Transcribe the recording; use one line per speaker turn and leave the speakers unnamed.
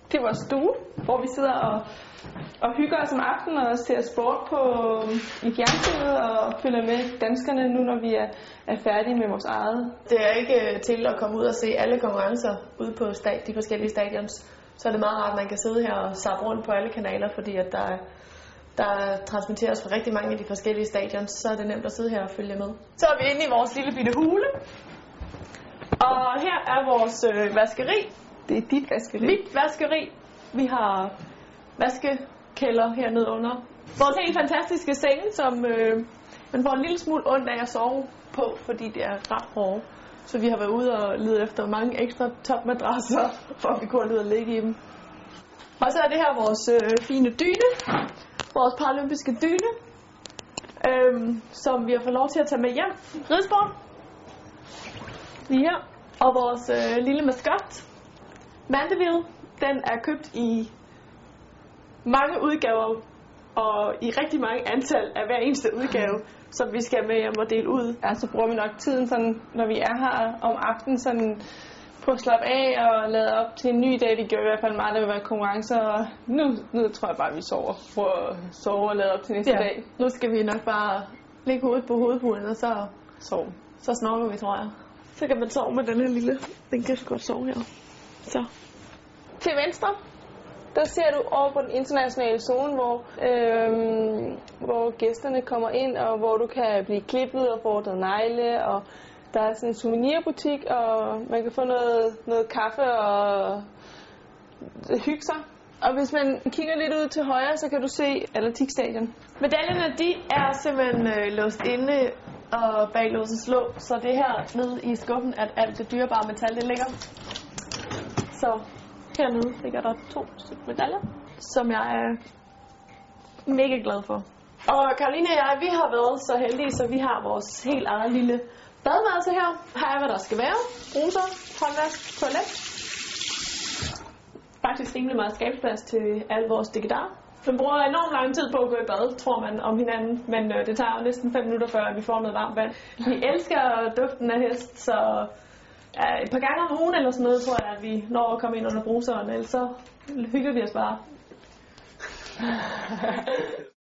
til vores stue, hvor vi sidder og hygger os om aftenen og ser sport i fjernsynet og følger med danskerne nu, når vi er færdige med vores eget.
Det er ikke til at komme ud og se alle konkurrencer ude på de forskellige stadions. Så er det meget rart, at man kan sidde her og zappe rundt på alle kanaler, fordi at der transmitteres fra rigtig mange af de forskellige stadions, så er det nemt at sidde her og følge med. Så er vi inde i vores lille bitte hule. Og her er vores vaskeri.
Det er dit vaskeri.
Mit vaskeri. Vi har vaskekælder hernede under. Vores helt fantastiske senge, som man får en lille smule ondt af at sove på, fordi det er ret hårde. Så vi har været ude og lede efter mange ekstra topmadrasser, for at vi kunne lide at ligge i dem. Og så er det her vores fine dyne. Vores paralympiske dyne, som vi har fået lov til at tage med hjem. Ridesport. Lige her. Og vores lille maskot, Mandeville, den er købt i mange udgaver, og i rigtig mange antal af hver eneste udgave, som vi skal med hjem og dele ud.
Ja, så bruger vi nok tiden, sådan, når vi er her om aftenen, sådan, på at slappe af og lade op til en ny dag. Det gør i hvert fald meget, der vil være konkurrencer, og nu tror jeg bare, vi sover. Prøver at sove og lade op til næste dag.
Nu skal vi nok bare lægge hovedet på hovedpuden, og så
sove.
Så snorker vi, tror jeg. Så kan man sove med den her lille, den kan godt sove her. Så.
Til venstre, der ser du over på den internationale zone, hvor gæsterne kommer ind, og hvor du kan blive klippet og få ordnet negle, og der er sådan en souvenirbutik, og man kan få noget kaffe og hygge sig. Og hvis man kigger lidt ud til højre, så kan du se atletikstadion.
Medaljerne, de er simpelthen låst inde og bag låsens låg, så det er her nede i skuffen, at alt det dyrebare metal, det ligger. Så hernede ligger der 2 stykker medaljer, som jeg er mega glad for. Og Caroline og jeg, vi har været så heldige, så vi har vores helt eget lille badeværelse her. Her er, hvad der skal være. Bruser, håndvask, toilet. Faktisk rimelig meget skabsplads til alle vores dikkedarer. Man bruger enormt lang tid på at gå i bad, tror man, om hinanden, men det tager jo næsten 5 minutter, før vi får noget varmt vand. Vi elsker duften af hest, så et par gange om ugen eller sådan noget, tror jeg, at vi når at komme ind under bruseren, ellers så hygger vi os bare.